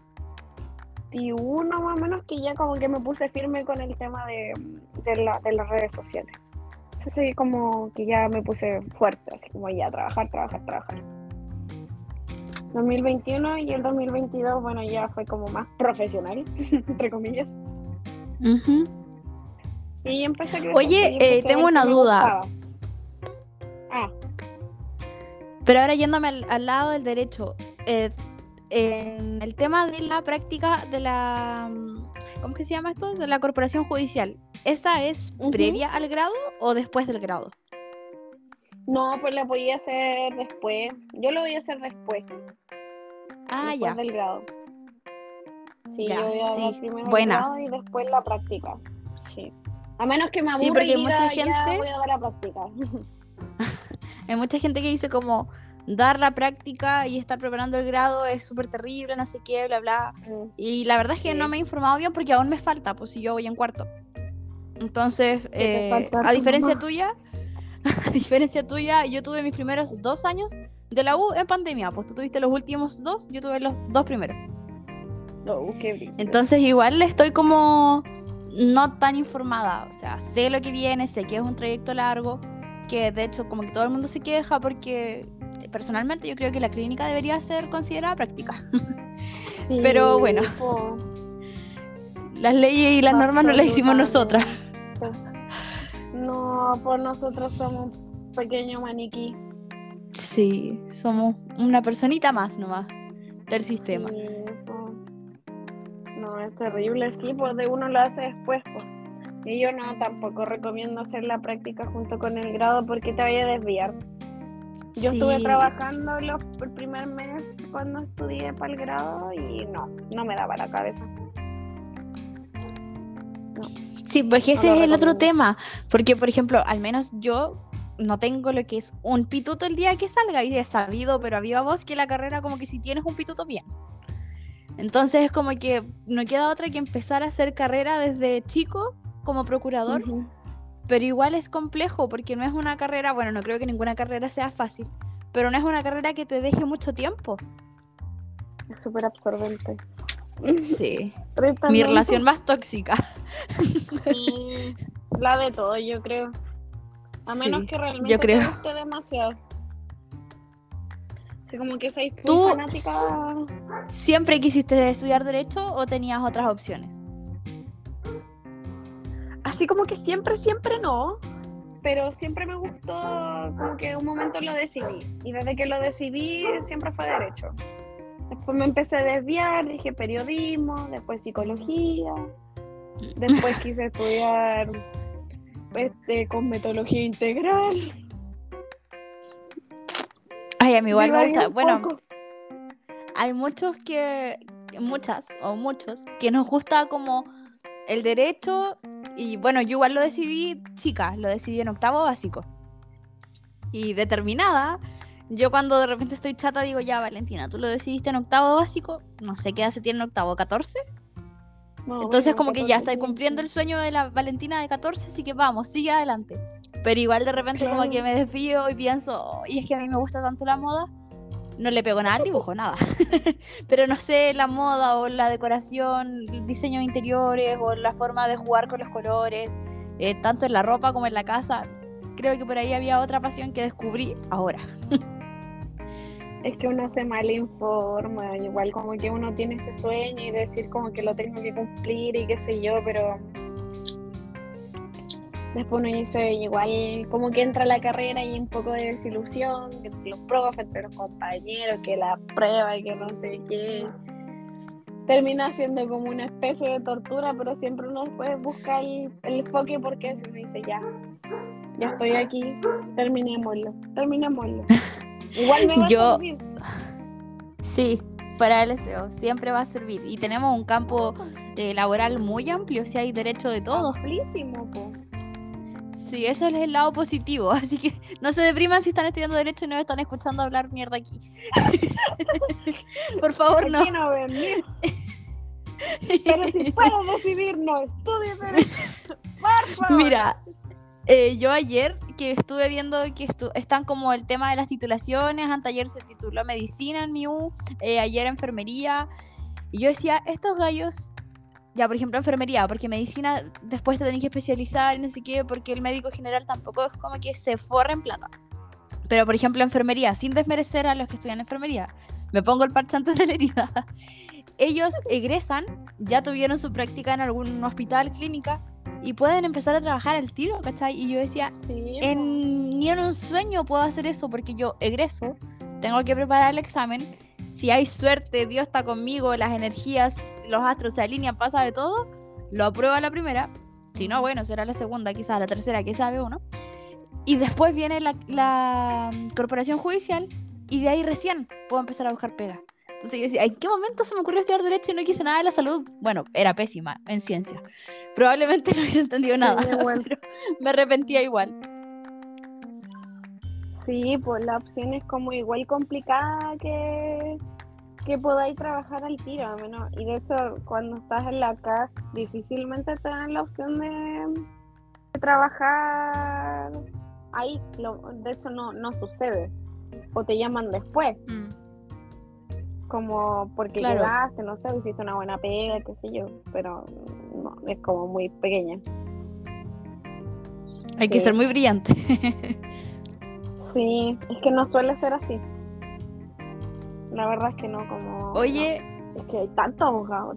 21 más o menos que ya como que me puse firme con el tema de las redes sociales. Eso sí, como que ya me puse fuerte, así como ya trabajar. 2021 y el 2022, bueno, ya fue como más profesional, entre comillas. Uh-huh. Y empecé a crecer. Oye, y empecé a tengo ver que una me duda. gustaba. Ah, Pero ahora yéndome al lado del derecho, en el tema de la práctica de la, ¿cómo que se llama esto? De la corporación judicial, ¿esa es previa al grado o después del grado? No, pues la podía hacer después. Yo lo voy a hacer después Ya. del grado. Sí, Ya, yo voy a dar sí. primero el Buena. grado y después la práctica. Sí. A menos que me Sí, aburra porque y diga, ya voy a dar la práctica. hay mucha gente que dice como dar la práctica y estar preparando el grado es súper terrible, no sé qué, bla, bla. Y la verdad es que no me he informado bien porque aún me falta, pues si yo voy en cuarto. Entonces, ¿Qué te falta? a diferencia tuya, yo tuve mis primeros 2 años de la U en pandemia. Pues tú tuviste los últimos 2, yo tuve los 2 primeros. Qué brillo. Entonces igual estoy como no tan informada. O sea, sé lo que viene, sé que es un trayecto largo, que de hecho como que todo el mundo se queja porque personalmente yo creo que la clínica debería ser considerada práctica. Sí, Pero bueno, las leyes y las normas no las hicimos nosotras. No, por nosotros somos un pequeño maniquí. Sí, somos una personita más nomás del sistema. Sí, no, es terrible, sí, pues de uno lo hace después, pues. Y yo no, tampoco recomiendo hacer la práctica junto con el grado porque te vaya a desviar. Yo estuve trabajando el primer mes cuando estudié para el grado y no me daba la cabeza. No, sí, pues ese no es lo el otro recomiendo. tema, porque por ejemplo, al menos yo no tengo lo que es un pituto el día que salga y he sabido, pero a viva voz que la carrera como que si tienes un pituto bien. Entonces es como que no queda otra que empezar a hacer carrera desde chico como procurador, pero igual es complejo porque no es una carrera, bueno, no creo que ninguna carrera sea fácil, pero no es una carrera que te deje mucho tiempo. Es súper absorbente. Sí. Mi relación más tóxica. Sí, la de todo, yo creo. A menos que realmente te guste demasiado. Así como que seas muy fanática. ¿Siempre quisiste estudiar Derecho o tenías otras opciones? Así como que siempre no. Pero siempre me gustó, como que un momento lo decidí. Y desde que lo decidí, siempre fue Derecho. Después me empecé a desviar, dije periodismo, después psicología. Después quise estudiar cosmetología integral. Ay, a mí igual me gusta. Bueno, poco. hay muchos muchos que nos gusta como el derecho. Y bueno, yo igual lo decidí chica, lo decidí en 8º básico. Y determinada, yo cuando de repente estoy chata digo, ya Valentina, tú lo decidiste en 8º básico, no sé qué edad se tiene en 8º, 14. No, entonces como 14, que ya está cumpliendo el sueño de la Valentina de 14, así que vamos, sigue adelante. Pero igual de repente como que me desvío y pienso, y es que a mí me gusta tanto la moda, no le pego nada al dibujo, nada. Pero no sé, la moda o la decoración, el diseño de interiores o la forma de jugar con los colores, tanto en la ropa como en la casa, creo que por ahí había otra pasión que descubrí ahora. Es que uno se malinforma, igual como que uno tiene ese sueño y decir como que lo tengo que cumplir y qué sé yo, pero después uno dice igual como que entra a la carrera y un poco de desilusión, que los profes, entre los compañeros, que la prueba y que no sé qué. Termina siendo como una especie de tortura, pero siempre uno puede buscar el enfoque porque se dice ya estoy aquí, terminémoslo. Igual me va a Yo, servir. sí, fuera del SEO, siempre va a servir. Y tenemos un campo laboral muy amplio, si hay derecho de todo. Amplísimo, po. Sí, eso es el lado positivo. Así que no se depriman si están estudiando derecho y no están escuchando hablar mierda aquí. Por favor, no. Aquí no ven ni. Pero si puedo decidir, no estudie derecho. Por favor. Mira, yo ayer que estuve viendo que están como el tema de las titulaciones, anteayer se tituló medicina en mi U, ayer enfermería, y yo decía, estos gallos, ya por ejemplo enfermería, porque medicina después te tenés que especializar y no sé qué, porque el médico general tampoco es como que se forra en plata. Pero por ejemplo enfermería, sin desmerecer a los que estudian enfermería, me pongo el parche antes de la herida. Ellos egresan, ya tuvieron su práctica en algún hospital, clínica, y pueden empezar a trabajar al tiro, ¿cachai? Y yo decía, Sí, ni en un sueño puedo hacer eso porque yo egreso, tengo que preparar el examen, si hay suerte, Dios está conmigo, las energías, los astros se alinean, pasa de todo, lo apruebo a la primera, si no, bueno, será la segunda, quizás la tercera, que sabe uno, y después viene la corporación judicial y de ahí recién puedo empezar a buscar pega. Entonces yo decía, ¿en qué momento se me ocurrió estudiar Derecho y no quise nada de la salud? Bueno, era pésima en ciencia. Probablemente no hubiese entendido nada, igual. pero me arrepentía igual. Sí, pues la opción es como igual complicada que podáis trabajar al tiro, a menos. Y de hecho, cuando estás en la CAF, difícilmente te dan la opción de trabajar ahí. De hecho, no sucede. O te llaman después. Como porque Claro. quedaste, no sé, hiciste una buena pega, qué sé yo, pero no, es como muy pequeña. Hay que ser muy brillante. Sí, es que no suele ser así. La verdad es que no, como... Oye, no. Es que hay tantos abogados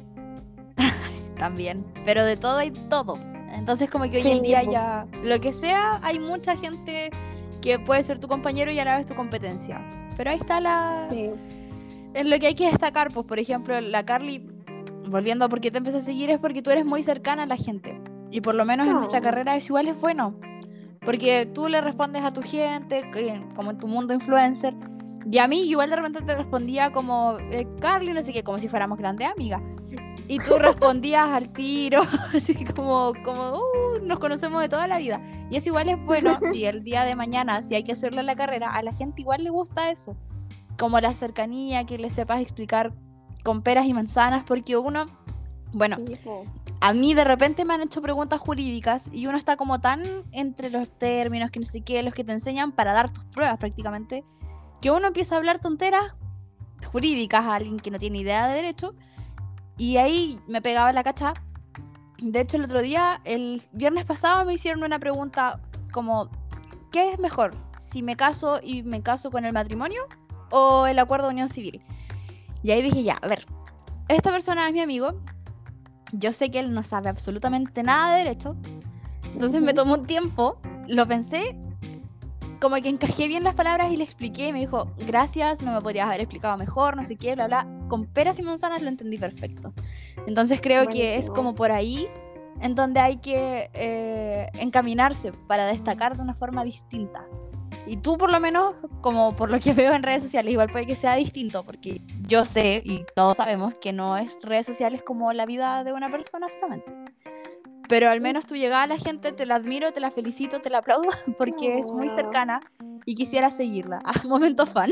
también, pero de todo hay todo. Entonces como que hoy Sí, en día po. ya, lo que sea, hay mucha gente que puede ser tu compañero y a la vez tu competencia. Pero ahí está Sí, en lo que hay que destacar, pues por ejemplo, la Carly, volviendo a por qué te empecé a seguir, es porque tú eres muy cercana a la gente. Y por lo menos en nuestra no, carrera es igual, es bueno. Porque tú le respondes a tu gente, como en tu mundo influencer. Y a mí igual de repente te respondía como, Carly, no sé qué, como si fuéramos grandes amigas. Y tú respondías al tiro, así como nos conocemos de toda la vida. Y eso igual es bueno. Y el día de mañana, si hay que hacerle la carrera, a la gente igual le gusta eso. Como la cercanía, que le sepas explicar con peras y manzanas, porque uno, bueno, sí, po. a mí de repente me han hecho preguntas jurídicas y uno está como tan entre los términos que no sé qué, los que te enseñan para dar tus pruebas prácticamente, que uno empieza a hablar tonteras jurídicas a alguien que no tiene idea de derecho y ahí me pegaba la cacha. De hecho, el otro día, el viernes pasado, me hicieron una pregunta como, ¿qué es mejor? ¿Si me caso y me caso con el matrimonio o el acuerdo de unión civil? Y ahí dije, ya, a ver, esta persona es mi amigo, yo sé que él no sabe absolutamente nada de derecho, entonces me tomó un tiempo, lo pensé, como que encajé bien las palabras y le expliqué, y me dijo, gracias, no me podrías haber explicado mejor, no sé qué, bla, bla, con peras y manzanas lo entendí perfecto. Entonces creo que es Buenísimo. como por ahí en donde hay que encaminarse para destacar de una forma distinta. Y tú por lo menos, como por lo que veo en redes sociales, igual puede que sea distinto, porque yo sé y todos sabemos que no es redes sociales como la vida de una persona solamente. Pero al menos tú llegas a la gente, te la admiro, te la felicito, te la aplaudo, porque es muy cercana y quisiera seguirla. Ah, momento fan.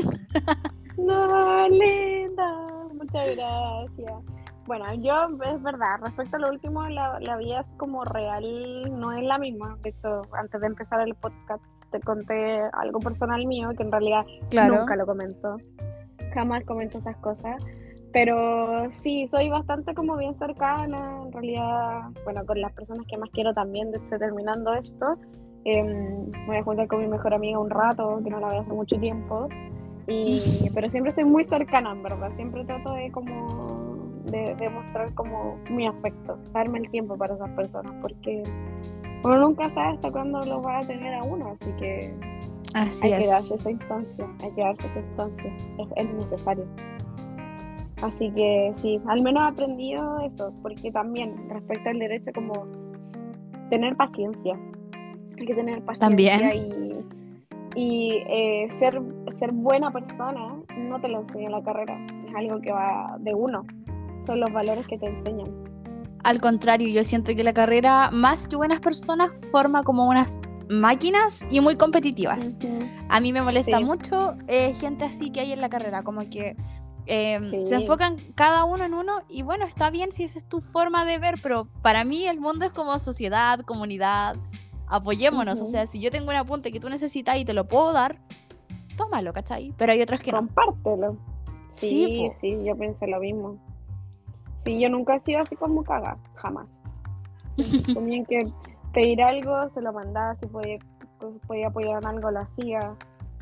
No, linda, muchas gracias. Bueno, yo, es verdad, respecto a lo último, la vida así como real no es la misma. De hecho, antes de empezar el podcast te conté algo personal mío que en realidad Claro. nunca lo comento. Jamás comento esas cosas. Pero sí, soy bastante como bien cercana, en realidad, bueno, con las personas que más quiero también. De hecho, terminando esto, voy a juntar con mi mejor amiga un rato, que no la veo hace mucho tiempo. Pero siempre soy muy cercana, en verdad. Siempre trato de como de mostrar como mi afecto, darme el tiempo para esas personas, porque uno nunca sabe hasta cuándo lo va a tener a uno, así que Así hay que es. darse esa instancia, es necesario. Así que sí, al menos he aprendido eso, porque también respecto al derecho, como tener paciencia, hay que tener paciencia También. y ser buena persona no te lo enseña la carrera, es algo que va de uno, son los valores que te enseñan. Al contrario, yo siento que la carrera, más que buenas personas, forma como unas máquinas y muy competitivas. Ujú. A mí me molesta Sí, mucho gente así que hay en la carrera, como que se sí. enfocan cada uno en uno y bueno, está bien si esa es tu forma de ver, pero para mí el mundo es como sociedad, comunidad, apoyémonos, o Ujú. sea, si yo tengo un apunte que tú necesitas y te lo puedo dar, tómalo, ¿cachai? Pero hay otros que no. Compártelo. Sí, Sí, po. sí, yo pensé lo mismo. Sí, yo nunca he sido así como caga, jamás. Si tenían que pedir algo, se lo mandaba, si podía apoyar en algo, lo hacía.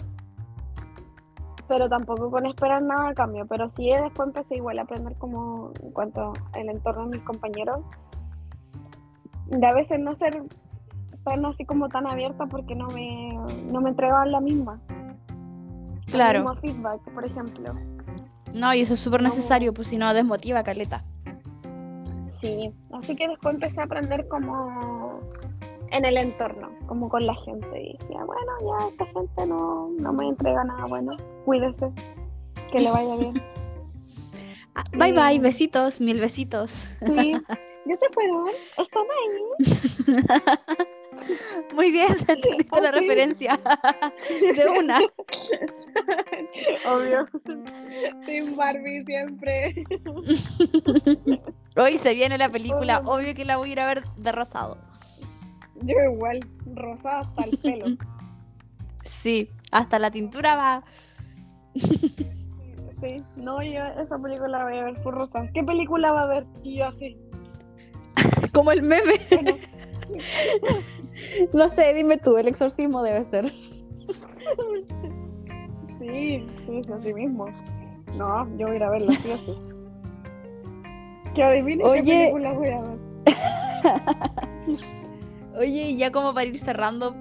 Pero tampoco con esperar nada a cambio. Pero sí, después empecé igual a aprender como en cuanto al entorno de mis compañeros. De a veces no ser tan así como tan abierta porque no me entregaban el Claro. mismo feedback, por ejemplo. No, y eso es súper No necesario, me, pues si no desmotiva caleta. sí, así que después empecé a aprender como en el entorno, como con la gente. Y decía, bueno, ya esta gente no me entrega nada bueno, cuídese, que le vaya bien. Bye bye, Y besitos, mil besitos. sí, ya se fueron, están ahí, Muy bien, entendiste la así. referencia de una. Obvio, Team Barbie siempre. Hoy se viene la película, Oh, obvio que la voy a ir a ver de rosado. yo igual, rosada hasta el pelo. Sí, hasta la tintura va. Sí, no, yo esa película la voy a ver por rosa. ¿Qué película va a ver? Y yo así. Como el meme. Bueno, No sé, dime tú, el exorcismo debe ser. sí, así mismo. No, yo voy a ir a verlo, sí o sí. Que adivine qué Oye, película voy a ver. oye, y ya como para ir cerrando,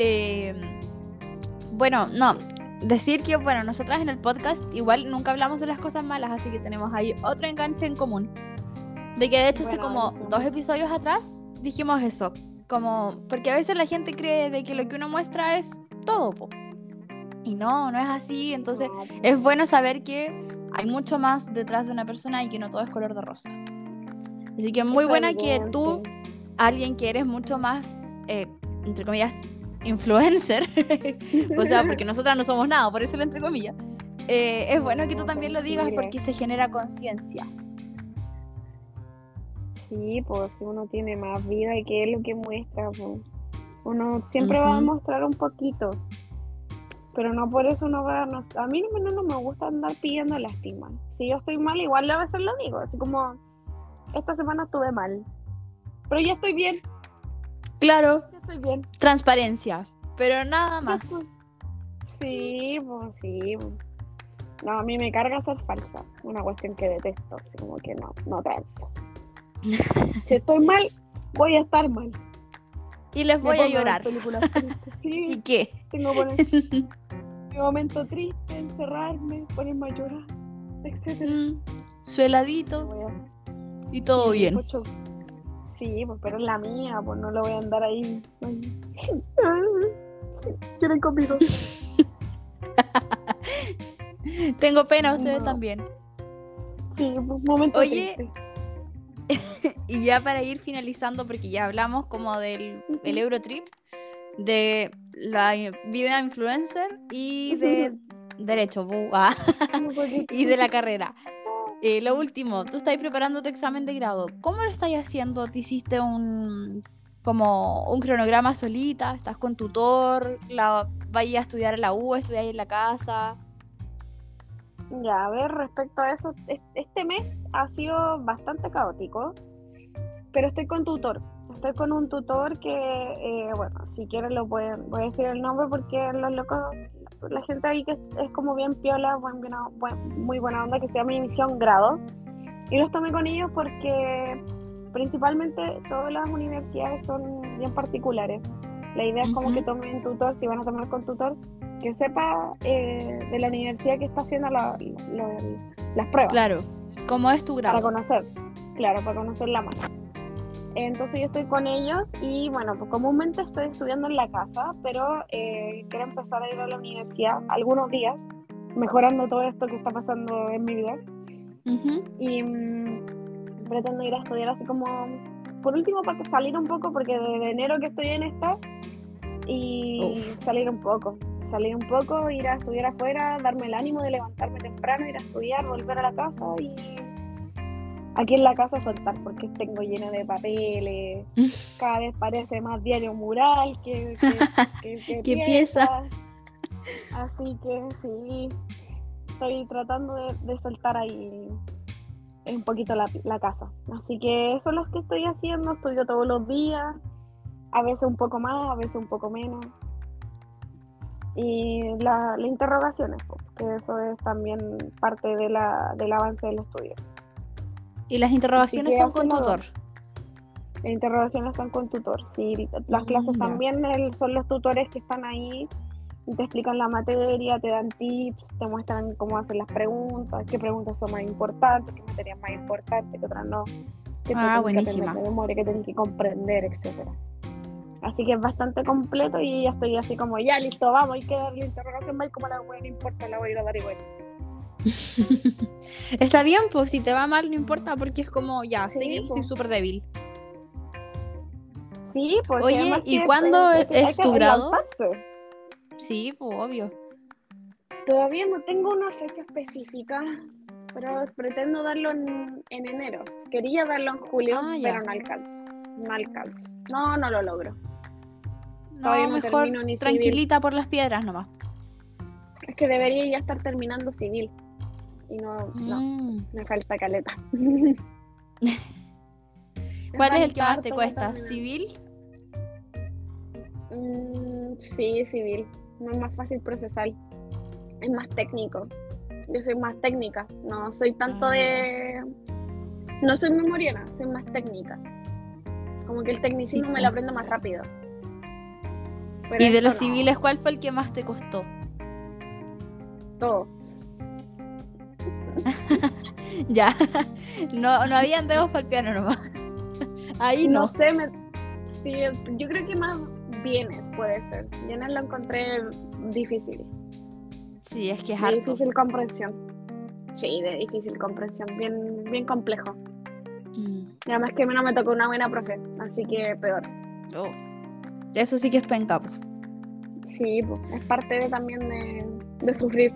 bueno, no, decir que, bueno, nosotras en el podcast igual nunca hablamos de las cosas malas, así que tenemos ahí otro enganche en común. De que de hecho hace Bueno, como buenísimo. 2 episodios atrás dijimos eso, como, porque a veces la gente cree de que lo que uno muestra es todo, po. Y no es así, entonces No, es bueno saber que hay mucho más detrás de una persona y que no todo es color de rosa. Así que muy eso es buena que tú, evidente. alguien que eres mucho más, entre comillas, influencer, o sea, porque nosotras no somos nada, por eso lo entre comillas, es bueno que tú No, también lo digas tranquila. porque se genera conciencia. Sí, pues si uno tiene más vida y qué es lo que muestra, pues. Uno siempre va a Ujú. mostrar un poquito, pero no por eso uno va a... a mí no me gusta andar pidiendo lástima. Si yo estoy mal, igual a veces lo digo, así como, esta semana estuve mal, pero ya estoy bien, Claro, ya estoy bien, transparencia, pero nada ya más. estoy. Sí, pues sí. Pues. No, a mí me carga ser falsa, una cuestión que detesto, así como que no transo. Si estoy mal, voy a estar mal. Y les Me voy a pongo a ver llorar. películas tristes. ¿Y Sí, qué? tengo que poner mi momento triste, encerrarme, ponerme a llorar, etcétera. Su Me heladito voy a... y todo Sí, bien. pues, sí, pues, pero es la mía, pues no lo voy a andar ahí. Quieren conmigo. Tengo pena, ustedes No, también. sí, pues, momento Oye, triste. y ya para ir finalizando, porque ya hablamos como del el Eurotrip, de la vida influencer y de derecho, Un poquito. y de la carrera. Lo último, tú estás preparando tu examen de grado. ¿Cómo lo estás haciendo? ¿Te hiciste como un cronograma solita? ¿Estás con tutor? ¿Vas a estudiar en la U? ¿Estudiar en la casa? Ya, a ver, respecto a eso, este mes ha sido bastante caótico, pero estoy con tutor. estoy con un tutor que, bueno, si quieren voy a decir el nombre porque los locos, la gente ahí que es como bien piola, muy buena onda, que se llama Misión Grado. Y los tomé con ellos porque principalmente todas las universidades son bien particulares. La idea es como que tomen tutor, si van a tomar con tutor, que sepa de la universidad que está haciendo las pruebas. Claro, ¿cómo es tu grado? Para conocerla más. Entonces yo estoy con ellos y bueno, pues comúnmente estoy estudiando en la casa, pero quiero empezar a ir a la universidad algunos días, mejorando todo esto que está pasando en mi vida. Y pretendo ir a estudiar así como, por último, para salir un poco, porque desde enero que estoy en esta, y salir un poco, ir a estudiar afuera, darme el ánimo de levantarme temprano, ir a estudiar, volver a la casa y aquí en la casa soltar, porque tengo lleno de papeles, cada vez parece más diario mural que pieza. Así que sí, estoy tratando de soltar ahí un poquito la casa. Así que eso es lo que estoy haciendo, estudio todos los días, a veces un poco más, a veces un poco menos. Y las interrogaciones, que eso es también parte del avance del estudio. ¿Y las interrogaciones son con tutor? Las interrogaciones son con tutor, sí. Las clases también son los tutores que están ahí, te explican la materia, te dan tips, te muestran cómo hacer las preguntas, qué preguntas son más importantes, qué materias más importantes, qué otras no. Qué buenísima. De memoria, que tienes que comprender, etcétera. Así que es bastante completo y ya estoy así como, ya listo, vamos, hay que darle la interrogación, más como la wea no importa, la voy a ir a dar igual. Está bien, pues si te va mal no importa, porque es como, ya, sí, soy súper débil. Sí, pues. Oye, ¿y cuándo es tu grado? Sí, pues obvio. Todavía no tengo una fecha específica, pero pretendo darlo en enero. Quería darlo en julio, pero no alcanzo. No lo logro. No, mejor ni tranquilita civil. Por las piedras nomás. Es que debería ya estar terminando civil. Y no, me falta caleta. ¿Cuál es el que más te cuesta? ¿Civil? Sí, civil. No es más fácil procesar. Es más técnico. Yo soy más técnica. No soy tanto de... No soy memoriana, soy más técnica. Como que el tecnicismo me lo aprendo más rápido. Pero ¿y de los civiles cuál fue el que más te costó? Todo. Ya. No habían dedos para el piano nomás. Ahí no sé, sí, yo creo que más bienes puede ser. Bienes lo encontré difícil. Sí, es que es de harto. Difícil comprensión. Sí, de difícil comprensión, bien complejo. Y además que a mí no me tocó una buena profe, así que peor. Eso sí que es penca. Sí, pues, es parte también de sufrir.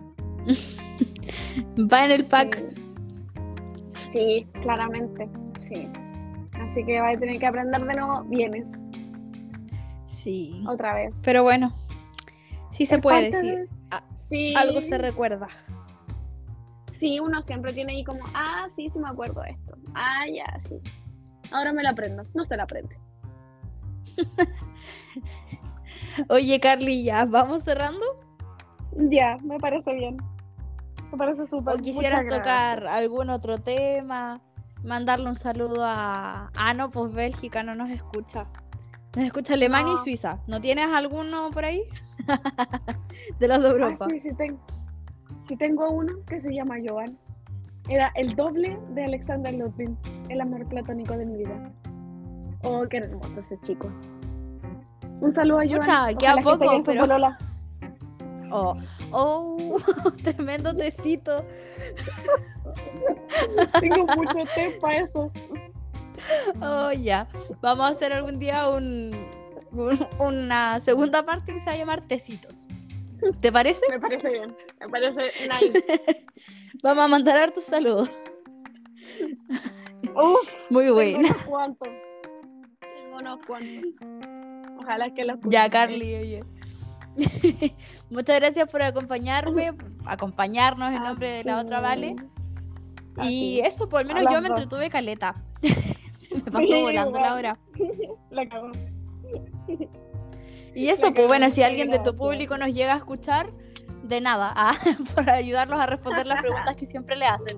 Va en el pack. Sí, claramente, sí. Así que vas a tener que aprender de nuevo bienes. Sí. Otra vez. Pero bueno, sí se puede decir. Sí. Algo se recuerda. Sí, uno siempre tiene ahí como, sí me acuerdo de esto. Ya, sí. Ahora me lo aprendo. No se lo aprende. Oye, Carly, ¿ya vamos cerrando? Ya, me parece bien. Me parece súper. ¿O quisieras tocar algún otro tema? Mandarle un saludo a... no, pues Bélgica no nos escucha. Nos escucha Alemania y Suiza. ¿No tienes alguno por ahí? De los de Europa. Sí tengo uno que se llama Joan. Era el doble de Alexander Ludwig, el amor platónico de mi vida. Oh, qué hermoso ese chico. Un saludo a Joan. Mucha, que a poco, pero... Tremendo tecito. Tengo mucho té para eso. Ya. Vamos a hacer algún día una segunda parte que se va a llamar Tecitos. ¿Te parece? Me parece bien. Me parece nice. Vamos a mandar hartos saludos. Muy bueno. Tengo unos cuantos. Ojalá que los escuchen. Ya, Carly, oye. Muchas gracias por acompañarnos en nombre de la otra Vale. Y eso, por lo menos yo me entretuve caleta. Se me pasó Sí, volando la igual. hora. La cagó. Y eso, La pues cagó, bueno, si muchas alguien de tu gracias. público nos llega a escuchar, de nada, por ayudarlos a responder las preguntas que siempre le hacen.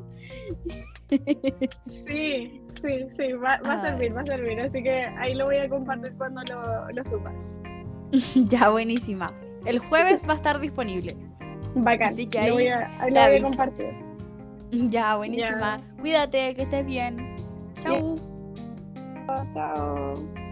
Sí, va a Ay. servir, va a servir. Así que ahí lo voy a compartir cuando lo subas. Ya, buenísima. El jueves va a estar disponible. Bacán. Así que ahí Ahí te lo voy a aviso. compartir. Ya, buenísima. Ya. Cuídate, que estés bien. Chau. Chao.